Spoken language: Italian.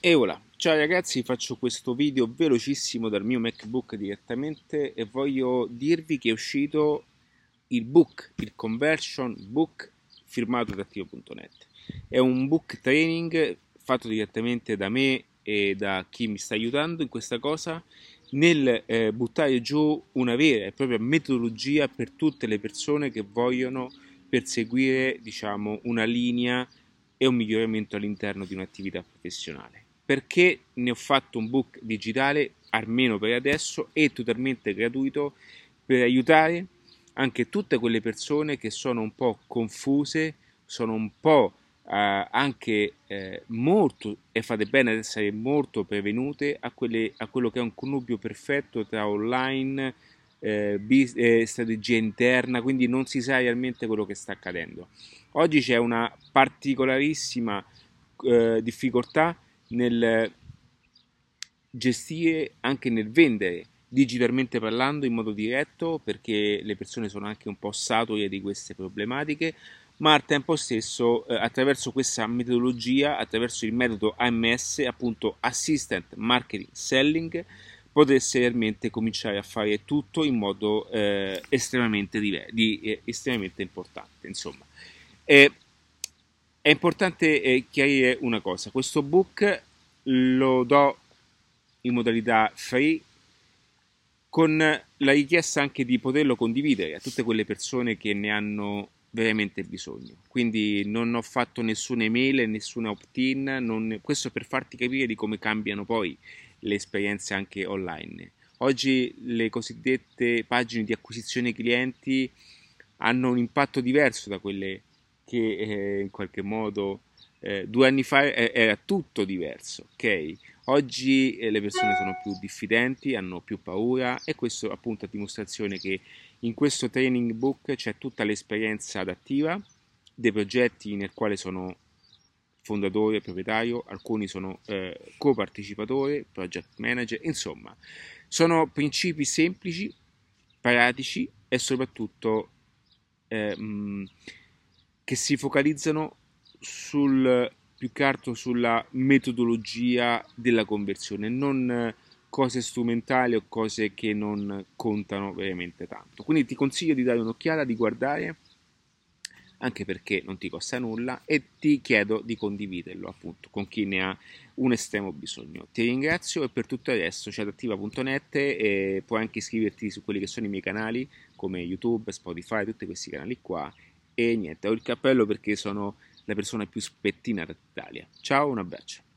E ora, ciao ragazzi, faccio questo video velocissimo dal mio MacBook direttamente e voglio dirvi che è uscito il book, il conversion book firmato da Attivo.net. È un book training fatto direttamente da me e da chi mi sta aiutando in questa cosa nel buttare giù una vera e propria metodologia per tutte le persone che vogliono perseguire, diciamo, una linea e un miglioramento all'interno di un'attività professionale. Perché ne ho fatto un book digitale, almeno per adesso, e totalmente gratuito per aiutare anche tutte quelle persone che sono un po' confuse, sono un po' anche molto, e fate bene ad essere molto prevenute a quello che è un connubio perfetto tra online, strategia interna, quindi non si sa realmente quello che sta accadendo. Oggi c'è una particolarissima difficoltà nel gestire, anche nel vendere digitalmente parlando in modo diretto, perché le persone sono anche un po' sature di queste problematiche, ma al tempo stesso attraverso questa metodologia, attraverso il metodo AMS, appunto Assistant Marketing Selling, potreste realmente cominciare a fare tutto in modo estremamente importante. Insomma, eh, è importante chiarire una cosa: questo book lo do in modalità free, con la richiesta anche di poterlo condividere a tutte quelle persone che ne hanno veramente bisogno. Quindi non ho fatto nessuna email, nessuna opt-in, questo per farti capire di come cambiano poi le esperienze anche online. Oggi le cosiddette pagine di acquisizione clienti hanno un impatto diverso da quelle che in qualche modo 2 anni fa era tutto diverso, ok? Oggi le persone sono più diffidenti, hanno più paura, e questo appunto a dimostrazione che in questo training book c'è tutta l'esperienza adattiva dei progetti nel quale sono fondatore e proprietario, alcuni sono copartecipatore, project manager, insomma, sono principi semplici, pratici e soprattutto eh, mh, che si focalizzano più che altro sulla metodologia della conversione, non cose strumentali o cose che non contano veramente tanto. Quindi ti consiglio di dare un'occhiata, di guardare, anche perché non ti costa nulla, e ti chiedo di condividerlo appunto con chi ne ha un estremo bisogno. Ti ringrazio, e per tutto il resto c'è Adattiva.net e puoi anche iscriverti su quelli che sono i miei canali come YouTube, Spotify, tutti questi canali qua. E niente, ho il cappello perché sono la persona più spettina d'Italia. Ciao, un abbraccio.